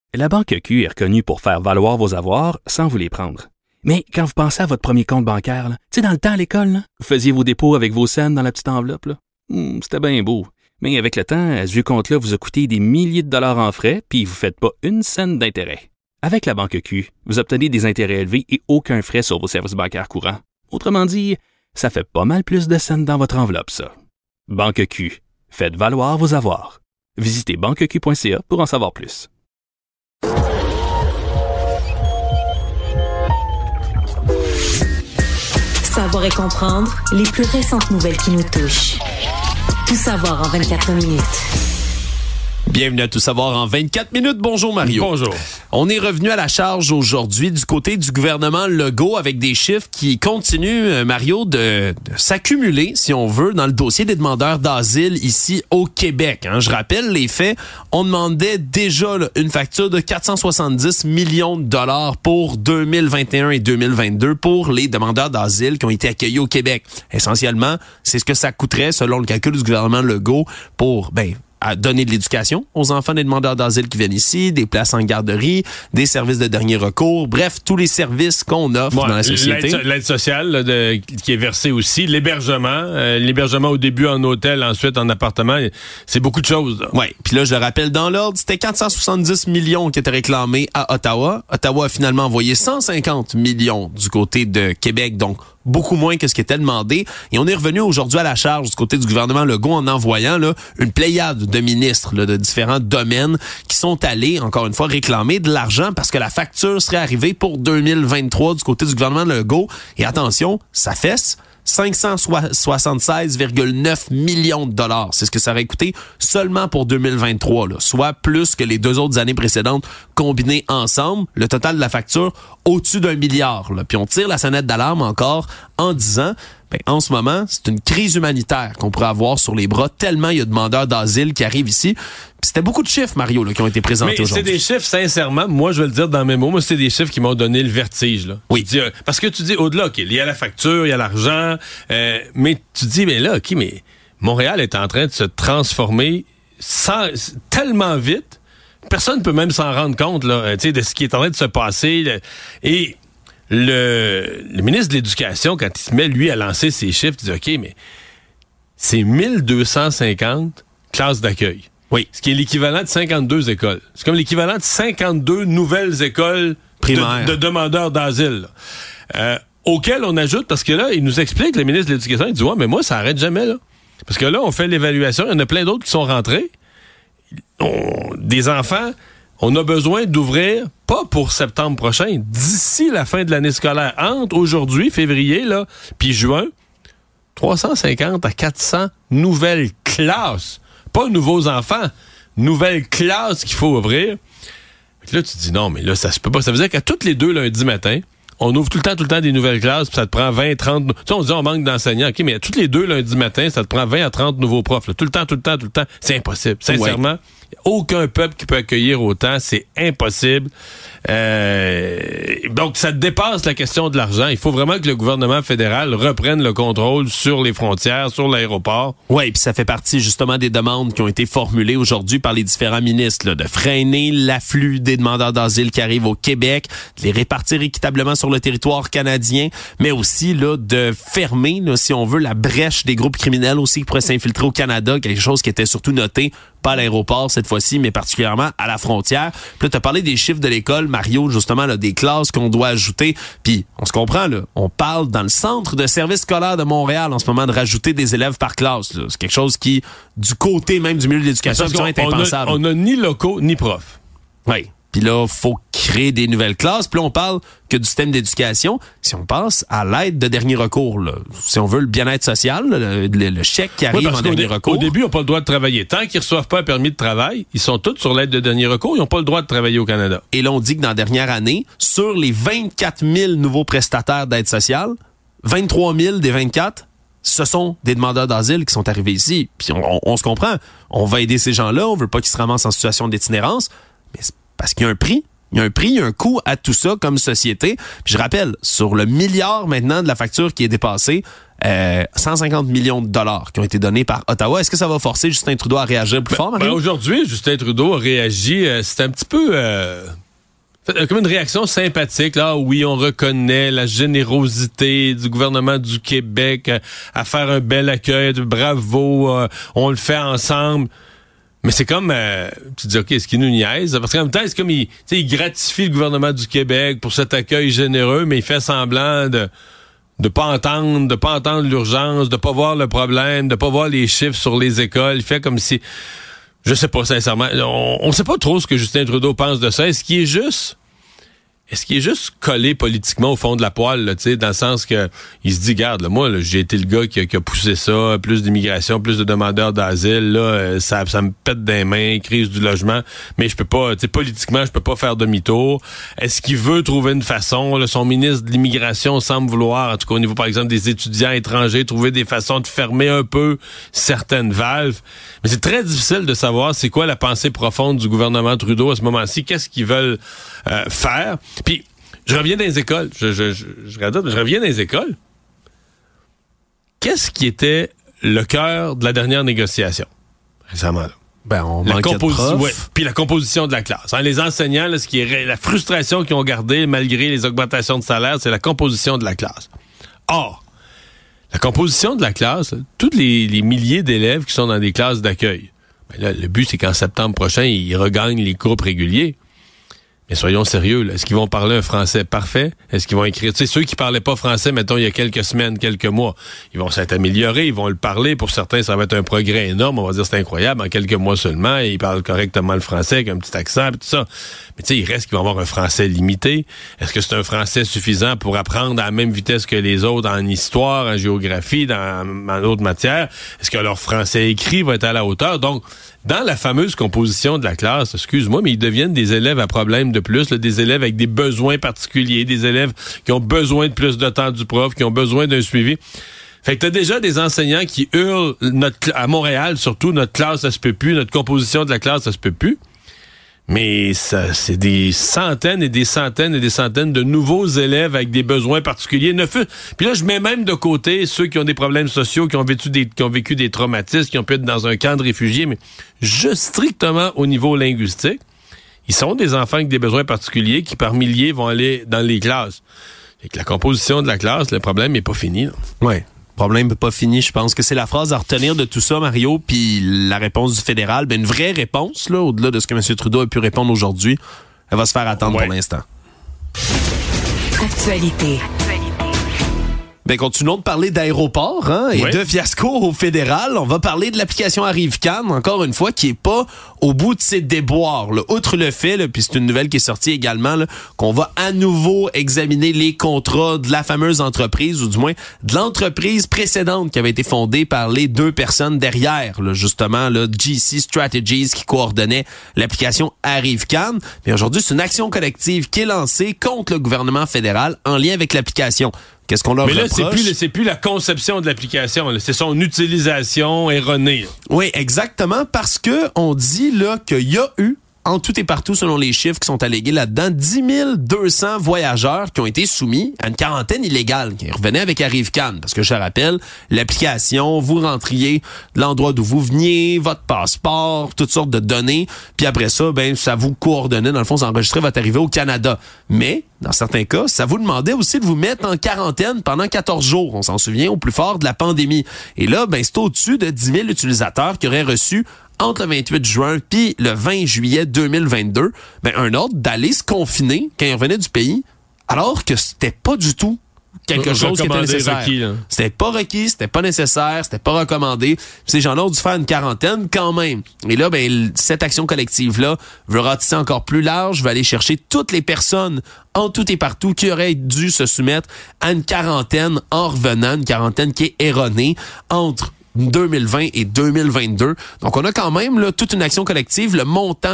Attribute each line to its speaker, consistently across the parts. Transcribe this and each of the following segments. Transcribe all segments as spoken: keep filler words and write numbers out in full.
Speaker 1: La Banque Q est reconnue pour faire valoir vos avoirs sans vous les prendre. Mais quand vous pensez à votre premier compte bancaire, tu sais, dans le temps à l'école, là, vous faisiez vos dépôts avec vos scènes dans la petite enveloppe. Là. Hum, c'était bien beau. Mais avec le temps, à ce vieux compte-là vous a coûté des milliers de dollars en frais, puis vous ne faites pas une scène d'intérêt. Avec la Banque Q, vous obtenez des intérêts élevés et aucun frais sur vos services bancaires courants. Autrement dit, ça fait pas mal plus de scènes dans votre enveloppe, ça. Banque Q. Faites valoir vos avoirs. Visitez banque q point c a pour en savoir plus.
Speaker 2: Savoir et comprendre les plus récentes nouvelles qui nous touchent. Tout savoir en vingt-quatre minutes.
Speaker 3: Bienvenue à Tout savoir en vingt-quatre minutes. Bonjour Mario.
Speaker 4: Bonjour.
Speaker 3: On est revenu à la charge aujourd'hui du côté du gouvernement Legault avec des chiffres qui continuent, Mario, de, de s'accumuler, si on veut, dans le dossier des demandeurs d'asile ici au Québec. Hein. Je rappelle les faits. On demandait déjà là, une facture de quatre cent soixante-dix millions de dollars pour deux mille vingt et un et deux mille vingt-deux pour les demandeurs d'asile qui ont été accueillis au Québec. Essentiellement, c'est ce que ça coûterait, selon le calcul du gouvernement Legault, pour, ben, à donner de l'éducation aux enfants des demandeurs d'asile qui viennent ici, des places en garderie, des services de dernier recours, bref, tous les services qu'on offre ouais, dans la société.
Speaker 4: L'aide, l'aide sociale là, de, qui est versée aussi, l'hébergement, euh, l'hébergement au début en hôtel, ensuite en appartement, c'est beaucoup de choses.
Speaker 3: Oui, puis là, je le rappelle dans l'ordre, c'était quatre cent soixante-dix millions qui étaient réclamés à Ottawa. Ottawa a finalement envoyé cent cinquante millions du côté de Québec, donc beaucoup moins que ce qui était demandé. Et on est revenu aujourd'hui à la charge du côté du gouvernement Legault en envoyant là, une pléiade de ministres là, de différents domaines qui sont allés, encore une fois, réclamer de l'argent parce que la facture serait arrivée pour deux mille vingt-trois du côté du gouvernement Legault. Et attention, ça fesse cinq cent soixante-seize virgule neuf millions de dollars. C'est ce que ça aurait coûté seulement pour deux mille vingt-trois, là, soit plus que les deux autres années précédentes combinées ensemble. Le total de la facture, au-dessus d'un milliard. Là. Puis on tire la sonnette d'alarme encore en disant, ben, en ce moment, c'est une crise humanitaire qu'on pourrait avoir sur les bras, tellement il y a de demandeurs d'asile qui arrivent ici. Puis c'était beaucoup de chiffres, Mario, là, qui ont été présentés
Speaker 4: mais
Speaker 3: aujourd'hui.
Speaker 4: C'est des chiffres, sincèrement, moi je vais le dire dans mes mots, moi c'est des chiffres qui m'ont donné le vertige. Là.
Speaker 3: Oui.
Speaker 4: Dis, euh, parce que tu dis, au-delà, OK, il y a la facture, il y a l'argent, euh, mais tu dis, mais là, OK, mais Montréal est en train de se transformer sans, tellement vite, personne ne peut même s'en rendre compte là, tu sais, de ce qui est en train de se passer. Là, et le, le ministre de l'Éducation, quand il se met, lui, à lancer ses chiffres, il dit, OK, mais c'est mille deux cent cinquante classes d'accueil.
Speaker 3: Oui.
Speaker 4: Ce qui est l'équivalent de cinquante-deux écoles. C'est comme l'équivalent de cinquante-deux nouvelles écoles primaires de, de demandeurs d'asile. Euh, auxquelles on ajoute, parce que là, il nous explique, le ministre de l'Éducation, il dit, ouais, mais moi, ça arrête jamais, là. Parce que là, on fait l'évaluation, il y en a plein d'autres qui sont rentrés. On, des enfants, on a besoin d'ouvrir, pas pour septembre prochain, d'ici la fin de l'année scolaire, entre aujourd'hui, février, là, puis juin, trois cent cinquante à quatre cents nouvelles classes. Pas nouveaux enfants, nouvelles classes qu'il faut ouvrir. Là, tu te dis non, mais là, ça se peut pas. Ça veut dire qu'à tous les deux lundis matin, on ouvre tout le temps, tout le temps des nouvelles classes, puis ça te prend vingt, trente... Tu sais, on dit on manque d'enseignants, OK, mais à tous les deux lundis matin, ça te prend vingt à trente nouveaux profs. Là. Tout le temps, tout le temps, tout le temps. C'est impossible. Sincèrement, ouais. Aucun peuple qui peut accueillir autant, c'est impossible. Euh, donc, ça dépasse la question de l'argent. Il faut vraiment que le gouvernement fédéral reprenne le contrôle sur les frontières, sur l'aéroport.
Speaker 3: Oui, puis ça fait partie justement des demandes qui ont été formulées aujourd'hui par les différents ministres, là, de freiner l'afflux des demandeurs d'asile qui arrivent au Québec, de les répartir équitablement sur le territoire canadien, mais aussi là, de fermer, là, si on veut, la brèche des groupes criminels aussi qui pourraient s'infiltrer au Canada, quelque chose qui était surtout noté pas à l'aéroport cette fois-ci, mais particulièrement à la frontière. Puis là, tu as parlé des chiffres de l'école, Mario, justement, là, des classes qu'on doit ajouter. Puis, on se comprend, là, on parle dans le centre de service scolaire de Montréal en ce moment de rajouter des élèves par classe. Là. C'est quelque chose qui, du côté même du milieu de l'éducation, est impensable.
Speaker 4: On n'a ni locaux, ni profs.
Speaker 3: Oui. Puis là, faut créer des nouvelles classes. Puis là, on parle que du système d'éducation. Si on passe à l'aide de dernier recours, là, si on veut le bien-être social, le, le, le chèque qui arrive oui, en dernier
Speaker 4: dé-
Speaker 3: recours.
Speaker 4: Au début, ils n'ont pas le droit de travailler. Tant qu'ils ne reçoivent pas un permis de travail, ils sont tous sur l'aide de dernier recours. Ils n'ont pas le droit de travailler au Canada.
Speaker 3: Et là, on dit que dans la dernière année, sur les vingt-quatre mille nouveaux prestataires d'aide sociale, vingt-trois mille des vingt-quatre, ce sont des demandeurs d'asile qui sont arrivés ici. Puis on, on, on se comprend. On va aider ces gens-là. On veut pas qu'ils se ramassent en situation d'itinérance. Mais c'est parce qu'il y a un prix Il y a un prix, il y a un coût à tout ça comme société. Puis je rappelle, sur le milliard maintenant de la facture qui est dépassée, euh, cent cinquante millions de dollars qui ont été donnés par Ottawa. Est-ce que ça va forcer Justin Trudeau à réagir plus ben, fort, Mario?
Speaker 4: Ben aujourd'hui, Justin Trudeau a réagi. Euh, c'est un petit peu... Euh... comme une réaction sympathique, là, oui, on reconnaît la générosité du gouvernement du Québec à, à faire un bel accueil, bravo, euh, on le fait ensemble. Mais c'est comme, euh, tu te dis, OK, est-ce qu'il nous niaise? Parce qu'en même temps, c'est comme, il, il gratifie le gouvernement du Québec pour cet accueil généreux, mais il fait semblant de de pas entendre, de pas entendre l'urgence, de pas voir le problème, de pas voir les chiffres sur les écoles. Il fait comme si... Je sais pas, sincèrement. On, on sait pas trop ce que Justin Trudeau pense de ça. Est-ce qu'il est juste... Est-ce qu'il est juste collé politiquement au fond de la poêle, là, tu sais, dans le sens que il se dit, garde, là, moi, là, j'ai été le gars qui a, qui a poussé ça, plus d'immigration, plus de demandeurs d'asile, là, euh, ça, ça me pète des mains, crise du logement, mais je peux pas, tu sais, politiquement, je peux pas faire demi-tour. Est-ce qu'il veut trouver une façon, là, son ministre de l'immigration semble vouloir, en tout cas au niveau, par exemple, des étudiants étrangers, trouver des façons de fermer un peu certaines valves. Mais c'est très difficile de savoir c'est quoi la pensée profonde du gouvernement Trudeau à ce moment-ci, qu'est-ce qu'ils veulent euh, faire. Puis, je reviens dans les écoles. Je, je, je, je, je reviens dans les écoles. Qu'est-ce qui était le cœur de la dernière négociation récemment, là?
Speaker 3: Ben, on
Speaker 4: la
Speaker 3: manquait
Speaker 4: composi-
Speaker 3: de profs.
Speaker 4: ouais, puis la composition de la classe. Hein, les enseignants, là, ce qui est la frustration qu'ils ont gardée malgré les augmentations de salaire, c'est la composition de la classe. Or, la composition de la classe, là, tous les, les milliers d'élèves qui sont dans des classes d'accueil, ben là, le but, c'est qu'en septembre prochain, ils regagnent les groupes réguliers. Mais soyons sérieux, là. Est-ce qu'ils vont parler un français parfait? Est-ce qu'ils vont écrire? Tu sais, ceux qui parlaient pas français, mettons, il y a quelques semaines, quelques mois, ils vont s'être améliorés, ils vont le parler. Pour certains, ça va être un progrès énorme. On va dire c'est incroyable. En quelques mois seulement, ils parlent correctement le français avec un petit accent et tout ça. Mais tu sais, il reste qu'ils vont avoir un français limité. Est-ce que c'est un français suffisant pour apprendre à la même vitesse que les autres en histoire, en géographie, dans, dans d'autres matières? Est-ce que leur français écrit va être à la hauteur? Donc, dans la fameuse composition de la classe, excuse-moi, mais ils deviennent des élèves à problème de plus, là, des élèves avec des besoins particuliers, des élèves qui ont besoin de plus de temps du prof, qui ont besoin d'un suivi. Fait que t'as déjà des enseignants qui hurlent, notre, à Montréal surtout, notre classe, ça se peut plus, notre composition de la classe, ça se peut plus. Mais ça, c'est des centaines et des centaines et des centaines de nouveaux élèves avec des besoins particuliers. Ne fut... Puis là, je mets même de côté ceux qui ont des problèmes sociaux, qui ont vécu des, qui ont vécu des traumatismes, qui ont pu être dans un camp de réfugiés, mais juste strictement au niveau linguistique. Ils sont des enfants avec des besoins particuliers qui, par milliers, vont aller dans les classes. Fait que la composition de la classe, le problème n'est pas fini. Là.
Speaker 3: Ouais. Problème pas fini. Je pense que c'est la phrase à retenir de tout ça, Mario. Puis la réponse du fédéral, ben une vraie réponse, là, au-delà de ce que M. Trudeau a pu répondre aujourd'hui, elle va se faire attendre ouais. pour l'instant.
Speaker 2: Actualité.
Speaker 3: Ben, continuons de parler d'aéroport hein, et
Speaker 4: oui.
Speaker 3: de fiasco au fédéral. On va parler de l'application Arrive-Can, encore une fois, qui est pas au bout de ses déboires. Là. Outre le fait, là, puis c'est une nouvelle qui est sortie également, là, qu'on va à nouveau examiner les contrats de la fameuse entreprise, ou du moins de l'entreprise précédente qui avait été fondée par les deux personnes derrière, là, justement, là, G C Strategies qui coordonnait l'application Arrive-Can. Mais aujourd'hui, c'est une action collective qui est lancée contre le gouvernement fédéral en lien avec l'application. Qu'est-ce qu'on leur
Speaker 4: Mais là,
Speaker 3: reproche?
Speaker 4: c'est plus, c'est plus la conception de l'application, là. C'est son utilisation erronée. Là.
Speaker 3: Oui, exactement, parce que on dit là qu'il y a eu, en tout et partout, selon les chiffres qui sont allégués là-dedans, dix mille deux cents voyageurs qui ont été soumis à une quarantaine illégale, qui revenaient avec Arrive-Can. Parce que je rappelle, l'application, vous rentriez de l'endroit d'où vous veniez, votre passeport, toutes sortes de données, puis après ça, ben ça vous coordonnait, dans le fond, ça enregistrait votre arrivée au Canada. Mais, dans certains cas, ça vous demandait aussi de vous mettre en quarantaine pendant quatorze jours. On s'en souvient, au plus fort de la pandémie. Et là, ben c'est au-dessus de dix mille utilisateurs qui auraient reçu entre le vingt-huit juin puis le vingt juillet deux mille vingt-deux, ben, un ordre d'aller se confiner quand ils revenaient du pays, alors que c'était pas du tout quelque chose qui était nécessaire. Requis, c'était pas requis, c'était pas nécessaire, c'était pas recommandé. Puis ces gens-là ont dû faire une quarantaine quand même. Et là, ben, cette action collective-là veut ratisser encore plus large, veut aller chercher toutes les personnes en tout et partout qui auraient dû se soumettre à une quarantaine en revenant, une quarantaine qui est erronée entre deux mille vingt et deux mille vingt-deux. Donc, on a quand même là toute une action collective. Le montant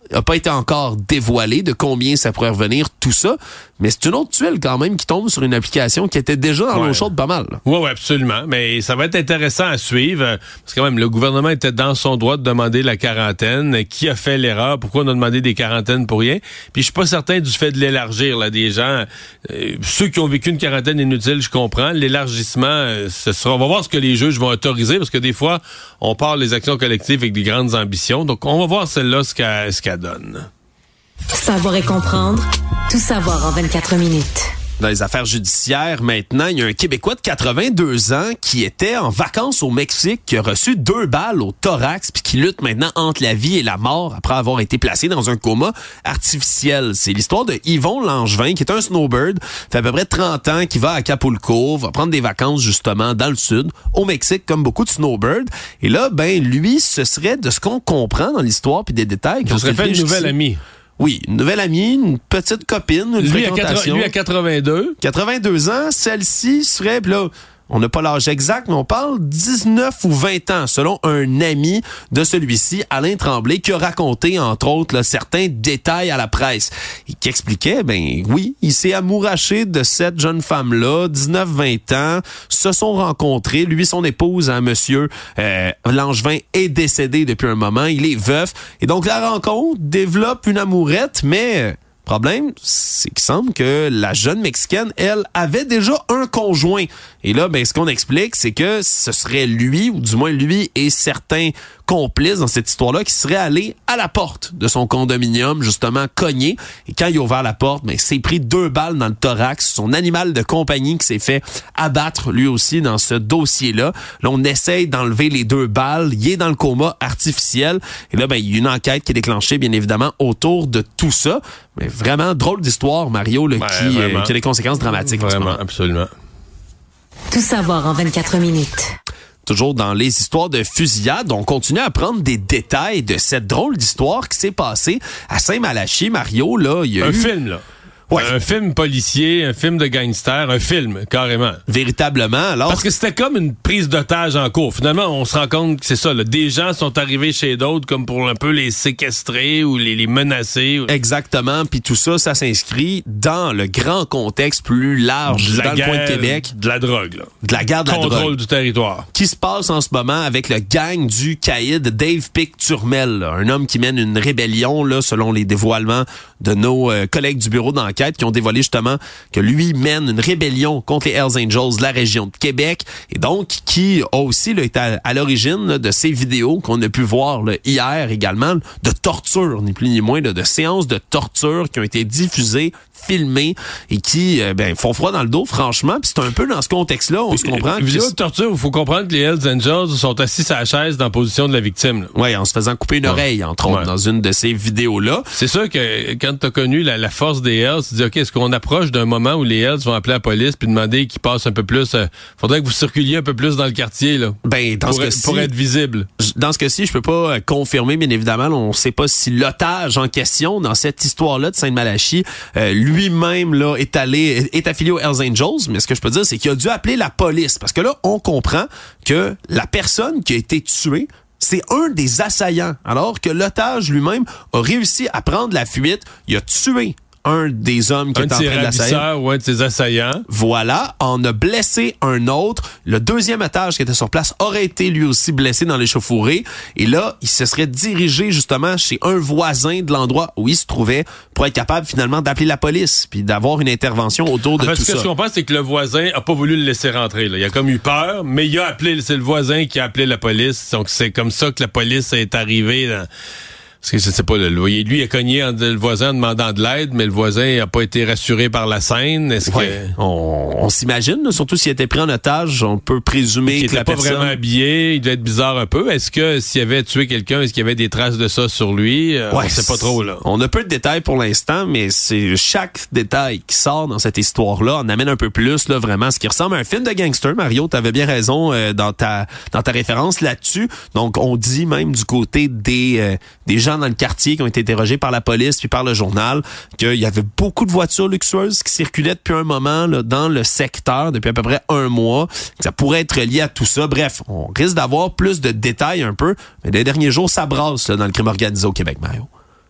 Speaker 3: n'a pas été encore dévoilé de combien ça pourrait revenir, tout ça. Mais c'est une autre tuile quand même qui tombe sur une application qui était déjà dans l'eau chaude pas mal.
Speaker 4: Oui, oui, absolument. Mais ça va être intéressant à suivre. Parce que quand même, le gouvernement était dans son droit de demander la quarantaine. Qui a fait l'erreur? Pourquoi on a demandé des quarantaines pour rien? Puis je suis pas certain du fait de l'élargir, là, des gens. Euh, ceux qui ont vécu une quarantaine inutile, je comprends. L'élargissement, euh, ce sera, on va voir ce que les juges vont autoriser, parce que des fois, on parle des actions collectives avec des grandes ambitions. Donc, on va voir celle-là, ce qu'elle, ce qu'elle donne.
Speaker 2: Savoir et comprendre, tout savoir en vingt-quatre minutes.
Speaker 3: Dans les affaires judiciaires, maintenant, il y a un Québécois de quatre-vingt-deux ans qui était en vacances au Mexique, qui a reçu deux balles au thorax, puis qui lutte maintenant entre la vie et la mort après avoir été placé dans un coma artificiel. C'est l'histoire de Yvon Langevin, qui est un snowbird, fait à peu près trente ans, qui va à Acapulco, va prendre des vacances justement dans le sud, au Mexique, comme beaucoup de snowbirds. Et là, ben lui, ce serait, de ce qu'on comprend dans l'histoire puis des détails...
Speaker 4: Ce serait fait une nouvelle amie.
Speaker 3: Oui, une nouvelle amie, une petite copine, une
Speaker 4: lui
Speaker 3: fréquentation.
Speaker 4: À lui à quatre-vingt-deux.
Speaker 3: quatre-vingt-deux ans, celle-ci serait, pis là, on n'a pas l'âge exact, mais on parle dix-neuf ou vingt ans, selon un ami de celui-ci, Alain Tremblay, qui a raconté, entre autres, là, certains détails à la presse. Et qui expliquait, ben oui, il s'est amouraché de cette jeune femme-là, dix-neuf vingt ans, se sont rencontrés. Lui, son épouse, hein, monsieur euh, Langevin, est décédé depuis un moment, il est veuf. Et donc, la rencontre développe une amourette, mais... problème, c'est qu'il semble que la jeune Mexicaine, elle, avait déjà un conjoint. Et là, ben, ce qu'on explique, c'est que ce serait lui, ou du moins lui et certains complices dans cette histoire-là, qui seraient allés à la porte de son condominium, justement, cogner. Et quand il a ouvert la porte, ben, il s'est pris deux balles dans le thorax. Son animal de compagnie qui s'est fait abattre, lui aussi, dans ce dossier-là. Là, on essaye d'enlever les deux balles. Il est dans le coma artificiel. Et là, ben, il y a une enquête qui est déclenchée, bien évidemment, autour de tout ça. Mais vraiment, drôle d'histoire, Mario, là,
Speaker 4: ouais,
Speaker 3: qui, euh, qui a des conséquences dramatiques.
Speaker 4: Vraiment, absolument.
Speaker 2: Tout savoir en vingt-quatre minutes.
Speaker 3: Toujours dans les histoires de fusillade, on continue à prendre des détails de cette drôle d'histoire qui s'est passée à Saint-Malachie. Mario, là, il y a
Speaker 4: un
Speaker 3: eu...
Speaker 4: film, là. Ouais. Un film policier, un film de gangster, un film, carrément.
Speaker 3: Véritablement, alors...
Speaker 4: Parce que c'était comme une prise d'otage en cours. Finalement, on se rend compte que c'est ça, là, des gens sont arrivés chez d'autres comme pour un peu les séquestrer ou les, les menacer.
Speaker 3: Exactement, puis tout ça, ça s'inscrit dans le grand contexte plus large
Speaker 4: de la
Speaker 3: dans
Speaker 4: guerre,
Speaker 3: le coin de Québec.
Speaker 4: De la drogue, là.
Speaker 3: De la guerre de la drogue.
Speaker 4: Contrôle du territoire.
Speaker 3: Qui se passe en ce moment avec le gang du caïd Dave Pic Turmel, là, un homme qui mène une rébellion, là, selon les dévoilements de nos euh, collègues du bureau d'enquête, qui ont dévoilé justement que lui mène une rébellion contre les Hells Angels de la région de Québec, et donc qui a aussi là, été à, à l'origine là, de ces vidéos qu'on a pu voir là, hier également, de torture, ni plus ni moins, là, de séances de torture qui ont été diffusées, filmées, et qui euh, ben, font froid dans le dos, franchement. Puis c'est un peu dans ce contexte-là, on se comprend.
Speaker 4: Vidéo de torture, il faut comprendre que les Hells Angels sont assis à la chaise dans la position de la victime.
Speaker 3: Oui, en se faisant couper une ouais. oreille, entre autres, ouais. dans une de ces vidéos-là.
Speaker 4: C'est sûr que quand tu as connu la, la force des Hells, tu dis, OK, est-ce qu'on approche d'un moment où les Hells vont appeler la police puis demander qu'ils passent un peu plus... Euh, faudrait que vous circuliez un peu plus dans le quartier, là.
Speaker 3: Ben, dans
Speaker 4: pour,
Speaker 3: ce cas-ci,
Speaker 4: pour être visible.
Speaker 3: Dans ce cas-ci, je peux pas euh, confirmer, bien évidemment, là, on sait pas si l'otage en question, dans cette histoire-là de Sainte-Malachie, euh, lui-même, là, est allé, est affilié aux Hells Angels, mais ce que je peux dire, c'est qu'il a dû appeler la police, parce que là, on comprend que la personne qui a été tuée, c'est un des assaillants, alors que l'otage lui-même a réussi à prendre la fuite, il a tué un des hommes qui
Speaker 4: un
Speaker 3: est en train de l'assailler.
Speaker 4: ou un de ses assaillants.
Speaker 3: Voilà, en a blessé un autre. Le deuxième otage qui était sur place aurait été lui aussi blessé dans l'échauffourée. Et là, il se serait dirigé justement chez un voisin de l'endroit où il se trouvait pour être capable finalement d'appeler la police puis d'avoir une intervention autour de
Speaker 4: en fait,
Speaker 3: tout
Speaker 4: ce
Speaker 3: ça.
Speaker 4: Ce que je comprends, c'est que le voisin a pas voulu le laisser rentrer. Là. Il a comme eu peur, mais il a appelé, c'est le voisin qui a appelé la police. Donc c'est comme ça que la police est arrivée dans... Parce que je sais pas, le loyer. Lui, il a cogné en, le voisin en demandant de l'aide, mais le voisin n'a pas été rassuré par la scène. Est-ce
Speaker 3: ouais.
Speaker 4: que...
Speaker 3: On, on s'imagine, là, surtout s'il était pris en otage, on peut présumer
Speaker 4: qu'il
Speaker 3: que la
Speaker 4: pas
Speaker 3: personne...
Speaker 4: vraiment habillé, il devait être bizarre un peu. Est-ce que s'il avait tué quelqu'un, est-ce qu'il y avait des traces de ça sur lui? Euh,
Speaker 3: ouais,
Speaker 4: on sait pas trop, là.
Speaker 3: On a peu de détails pour l'instant, mais c'est chaque détail qui sort dans cette histoire-là en amène un peu plus, là, vraiment, ce qui ressemble à un film de gangster. Mario, t'avais bien raison euh, dans ta dans ta référence là-dessus. Donc, on dit même du côté des euh, des gens dans le quartier qui ont été interrogés par la police puis par le journal qu'il y avait beaucoup de voitures luxueuses qui circulaient depuis un moment là, dans le secteur, depuis à peu près un mois. Ça pourrait être lié à tout ça. Bref, on risque d'avoir plus de détails un peu, mais les derniers jours, ça brasse là, dans le crime organisé au Québec, Mario.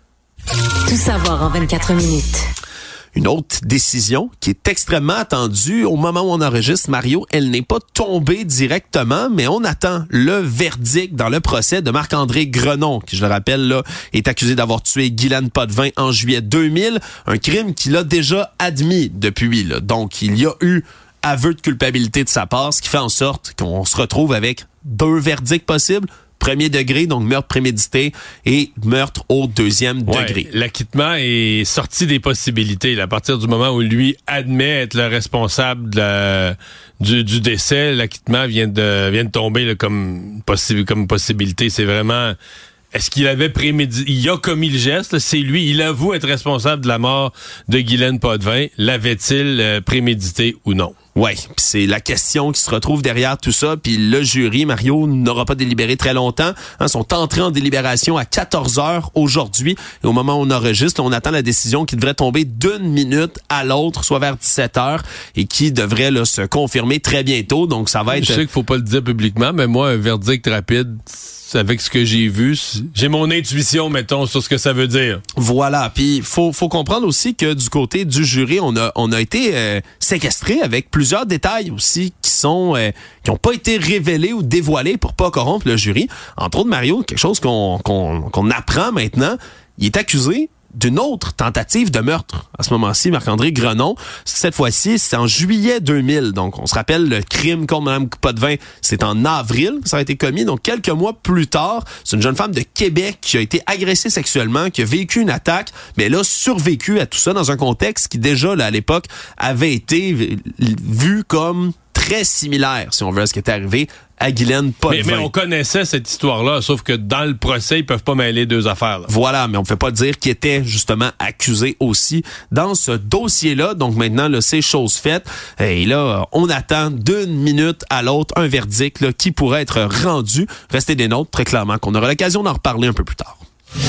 Speaker 2: Tout savoir en vingt-quatre minutes.
Speaker 3: Une autre décision qui est extrêmement attendue au moment où on enregistre, Mario, elle n'est pas tombée directement, mais on attend le verdict dans le procès de Marc-André Grenon, qui, je le rappelle, là, est accusé d'avoir tué Guylaine Potvin en juillet deux mille, un crime qu'il a déjà admis depuis. Là. Donc, il y a eu aveu de culpabilité de sa part, ce qui fait en sorte qu'on se retrouve avec deux verdicts possibles. Premier degré, donc meurtre prémédité, et meurtre au deuxième
Speaker 4: ouais,
Speaker 3: degré.
Speaker 4: L'acquittement est sorti des possibilités. Là, à partir du moment où lui admet être le responsable de la, du, du décès, l'acquittement vient de, vient de tomber là, comme, possi- comme possibilité. C'est vraiment... Est-ce qu'il avait prémédité? Il a commis le geste, là, c'est lui. Il avoue être responsable de la mort de Guylaine Potvin. L'avait-il euh, prémédité ou non?
Speaker 3: Ouais, puis c'est la question qui se retrouve derrière tout ça. Puis le jury, Mario, n'aura pas délibéré très longtemps. Hein, sont entrés en délibération à quatorze heures aujourd'hui. Et au moment où on enregistre, on attend la décision qui devrait tomber d'une minute à l'autre, soit vers dix-sept heures, et qui devrait là, se confirmer très bientôt. Donc ça va être...
Speaker 4: Je sais qu'il faut pas le dire publiquement, mais moi, un verdict rapide... avec ce que j'ai vu, j'ai mon intuition, mettons, sur ce que ça veut dire.
Speaker 3: Voilà. Puis faut faut comprendre aussi que du côté du jury, on a on a été euh, séquestré avec plusieurs détails aussi qui sont euh, qui ont pas été révélés ou dévoilés pour pas corrompre le jury. Entre autres, Mario, quelque chose qu'on qu'on qu'on apprend maintenant, il est accusé d'une autre tentative de meurtre. À ce moment-ci, Marc-André Grenon, cette fois-ci, c'est en juillet deux mille. Donc, on se rappelle, le crime contre Mme Potvin, c'est en avril que ça a été commis. Donc, quelques mois plus tard, c'est une jeune femme de Québec qui a été agressée sexuellement, qui a vécu une attaque, mais elle a survécu à tout ça dans un contexte qui, déjà, là, à l'époque, avait été vu comme très similaire, si on veut, à ce qui était arrivé à Guylaine Potvin.
Speaker 4: Mais, mais on connaissait cette histoire-là, sauf que dans le procès, ils peuvent pas mêler deux affaires. Là.
Speaker 3: Voilà, mais on ne peut pas dire qu'il était justement accusé aussi dans ce dossier-là. Donc maintenant, là, c'est chose faite. Et là, on attend d'une minute à l'autre un verdict là, qui pourrait être rendu. Restez des nôtres, très clairement, qu'on aura l'occasion d'en reparler un peu plus tard.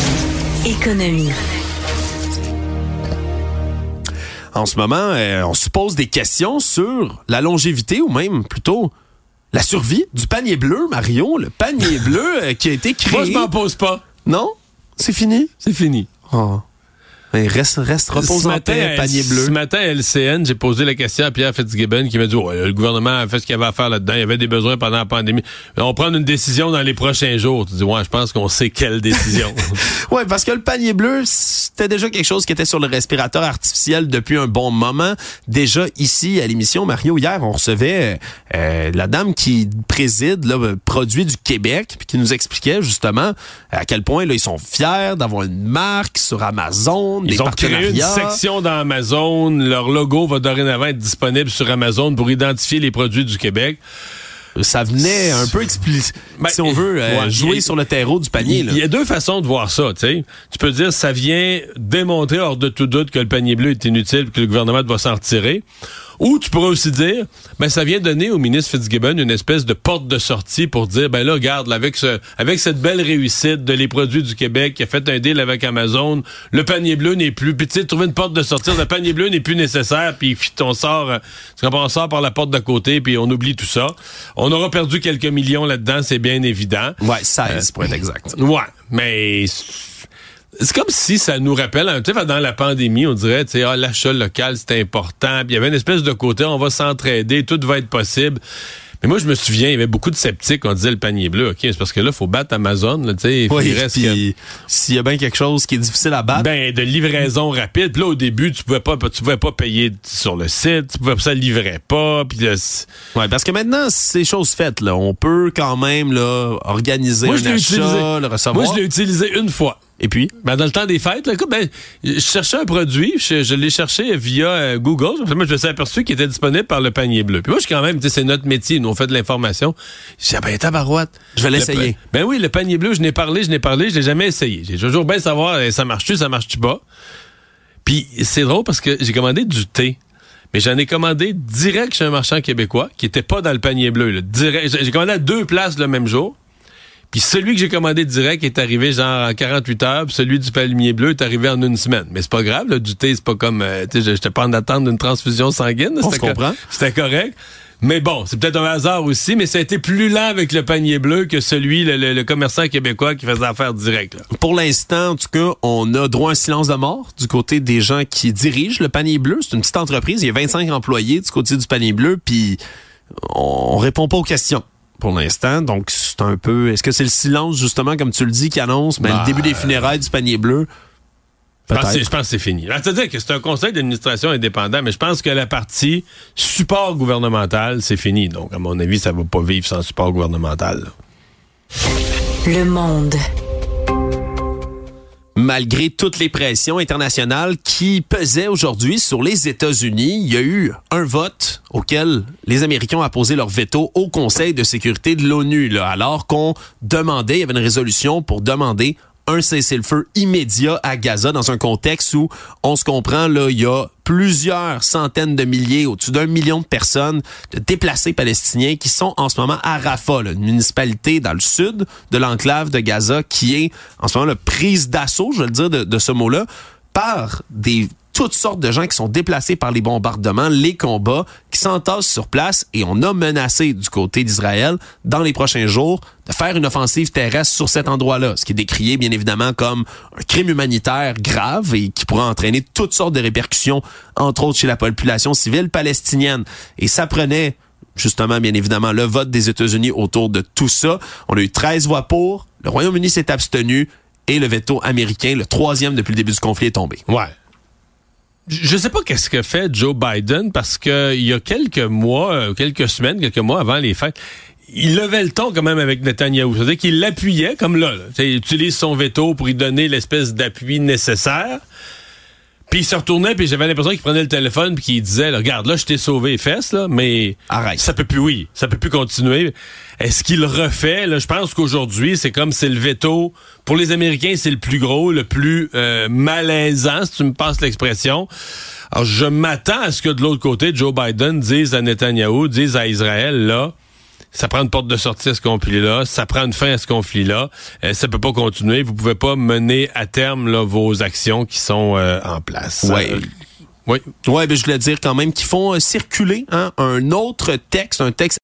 Speaker 2: Économie.
Speaker 3: En ce moment, euh, on se pose des questions sur la longévité ou même plutôt la survie du panier bleu, Mario. Le panier bleu euh, qui a été créé...
Speaker 4: Moi, je m'en pose pas.
Speaker 3: Non? C'est fini?
Speaker 4: C'est fini.
Speaker 3: Oh. Mais reste, reste, repose en paix, panier bleu.
Speaker 4: Ce matin, à L C N, j'ai posé la question à Pierre Fitzgibbon qui m'a dit oh, le gouvernement a fait ce qu'il avait à faire là-dedans. Il y avait des besoins pendant la pandémie. Mais on prend une décision dans les prochains jours. Tu dis, ouais, je pense qu'on sait quelle décision.
Speaker 3: Oui, parce que le panier bleu, c'était déjà quelque chose qui était sur le respirateur artificiel depuis un bon moment. Déjà ici, à l'émission, Mario, hier, on recevait euh, la dame qui préside le produit du Québec puis qui nous expliquait justement à quel point là ils sont fiers d'avoir une marque sur Amazon.
Speaker 4: Ils ont créé une section dans Amazon. Leur logo va dorénavant être disponible sur Amazon pour identifier les produits du Québec.
Speaker 3: Ça venait un peu explicite, ben, si on veut, euh, ouais, jouer a, sur le terreau du panier.
Speaker 4: Il y a deux façons de voir ça. T'sais. Tu peux dire ça vient démontrer hors de tout doute que le panier bleu est inutile et que le gouvernement doit s'en retirer. Ou tu pourrais aussi dire, ben ça vient donner au ministre Fitzgibbon une espèce de porte de sortie pour dire, ben là, regarde, là, avec ce, avec cette belle réussite de les produits du Québec qui a fait un deal avec Amazon, le panier bleu n'est plus, puis tu sais, trouver une porte de sortie, le panier bleu n'est plus nécessaire, puis on sort, on sort par la porte d'à côté, puis on oublie tout ça. On aura perdu quelques millions là-dedans, c'est bien évident.
Speaker 3: Ouais, seize pour être exact.
Speaker 4: Ouais, mais... C'est comme si ça nous rappelle, tu sais, dans la pandémie, on dirait, tu sais, ah, l'achat local, c'est important. Puis il y avait une espèce de côté, on va s'entraider, tout va être possible. Mais moi, je me souviens, il y avait beaucoup de sceptiques, on disait le panier bleu, OK, c'est parce que là, il faut battre Amazon, là, tu sais.
Speaker 3: Oui,
Speaker 4: il reste
Speaker 3: puis que... s'il y a bien quelque chose qui est difficile à battre.
Speaker 4: Ben, de livraison rapide. Puis là, au début, tu pouvais pas, tu pouvais pas payer sur le site, tu pouvais, ça livrait pas, puis là...
Speaker 3: Ouais, parce que maintenant, c'est chose faite, là. On peut quand même, là, organiser moi, un achat, utilisé. le recevoir.
Speaker 4: Moi, je l'ai utilisé une fois.
Speaker 3: Et puis?
Speaker 4: Ben, dans le temps des fêtes, là, écoute, ben, je cherchais un produit, je, je l'ai cherché via euh, Google. Moi, je me suis aperçu qu'il était disponible par le panier bleu. Puis moi, je suis quand même, tu sais, c'est notre métier, nous, on fait de l'information. Je dis, ah ben, tabarouette.
Speaker 3: Je vais l'essayer.
Speaker 4: Le, ben oui, le panier bleu, je n'ai parlé, je n'ai parlé, je l'ai jamais essayé. J'ai toujours bien savoir, ça marche-tu, ça marche-tu pas. Puis c'est drôle parce que j'ai commandé du thé. Mais j'en ai commandé direct chez un marchand québécois qui était pas dans le panier bleu, là. Direct. J'ai commandé à deux places le même jour. Puis celui que j'ai commandé direct est arrivé genre en quarante-huit heures, puis celui du palmier bleu est arrivé en une semaine. Mais c'est pas grave, là, du thé, c'est pas comme, euh, tu sais, j'étais pas en attente d'une transfusion sanguine.
Speaker 3: On se comprend.
Speaker 4: C'était correct. Mais bon, c'est peut-être un hasard aussi, mais ça a été plus lent avec le panier bleu que celui, le, le, le commerçant québécois qui faisait affaire directe. Là.
Speaker 3: Pour l'instant, en tout cas, on a droit à un silence de mort du côté des gens qui dirigent le panier bleu. C'est une petite entreprise, il y a vingt-cinq employés du côté du panier bleu, puis on répond pas aux questions pour l'instant. Donc, c'est un peu... Est-ce que c'est le silence, justement, comme tu le dis, qui annonce ben, bah, le début des funérailles du panier bleu?
Speaker 4: Je pense, je pense que c'est fini. C'est-à-dire que c'est un conseil d'administration indépendant, mais je pense que la partie support gouvernemental, c'est fini. Donc, à mon avis, ça va pas vivre sans support gouvernemental. Là.
Speaker 2: Le Monde.
Speaker 3: Malgré toutes les pressions internationales qui pesaient aujourd'hui sur les États-Unis, il y a eu un vote auquel les Américains ont apposé leur veto au Conseil de sécurité de l'ONU, là, alors qu'on demandait, il y avait une résolution pour demander un cessez-le-feu immédiat à Gaza dans un contexte où, on se comprend, là, il y a plusieurs centaines de milliers, au-dessus d'un million de personnes, de déplacés palestiniens qui sont en ce moment à Rafah, là, une municipalité dans le sud de l'enclave de Gaza qui est en ce moment la prise d'assaut, je vais le dire de, de ce mot-là, par des toutes sortes de gens qui sont déplacés par les bombardements, les combats, qui s'entassent sur place, et on a menacé du côté d'Israël dans les prochains jours de faire une offensive terrestre sur cet endroit-là, ce qui est décrié bien évidemment comme un crime humanitaire grave et qui pourrait entraîner toutes sortes de répercussions, entre autres chez la population civile palestinienne. Et ça prenait justement, bien évidemment, le vote des États-Unis autour de tout ça. On a eu treize voix pour, le Royaume-Uni s'est abstenu, et le veto américain, le troisième depuis le début du conflit, est tombé.
Speaker 4: Ouais. Je sais pas qu'est-ce que fait Joe Biden parce que il y a quelques mois, quelques semaines, quelques mois avant les fêtes, il levait le ton quand même avec Netanyahou. C'est-à-dire qu'il l'appuyait comme là. là. Il utilise son veto pour y donner l'espèce d'appui nécessaire. Puis il se retournait, puis j'avais l'impression qu'il prenait le téléphone puis qu'il disait, là, regarde, là, je t'ai sauvé les fesses, là, mais
Speaker 3: arrête.
Speaker 4: Ça peut plus, oui, ça peut plus continuer. Est-ce qu'il le refait? Là, je pense qu'aujourd'hui, c'est comme c'est le veto. Pour les Américains, c'est le plus gros, le plus euh, malaisant, si tu me passes l'expression. Alors, je m'attends à ce que de l'autre côté, Joe Biden dise à Netanyahou, dise à Israël, là, ça prend une porte de sortie à ce conflit-là, ça prend une fin à ce conflit-là, euh, ça peut pas continuer, vous pouvez pas mener à terme là, vos actions qui sont euh, en place.
Speaker 3: Ouais.
Speaker 4: Euh, oui.
Speaker 3: Ouais, ben je voulais dire quand même qu'ils font euh, circuler hein, un autre texte, un texte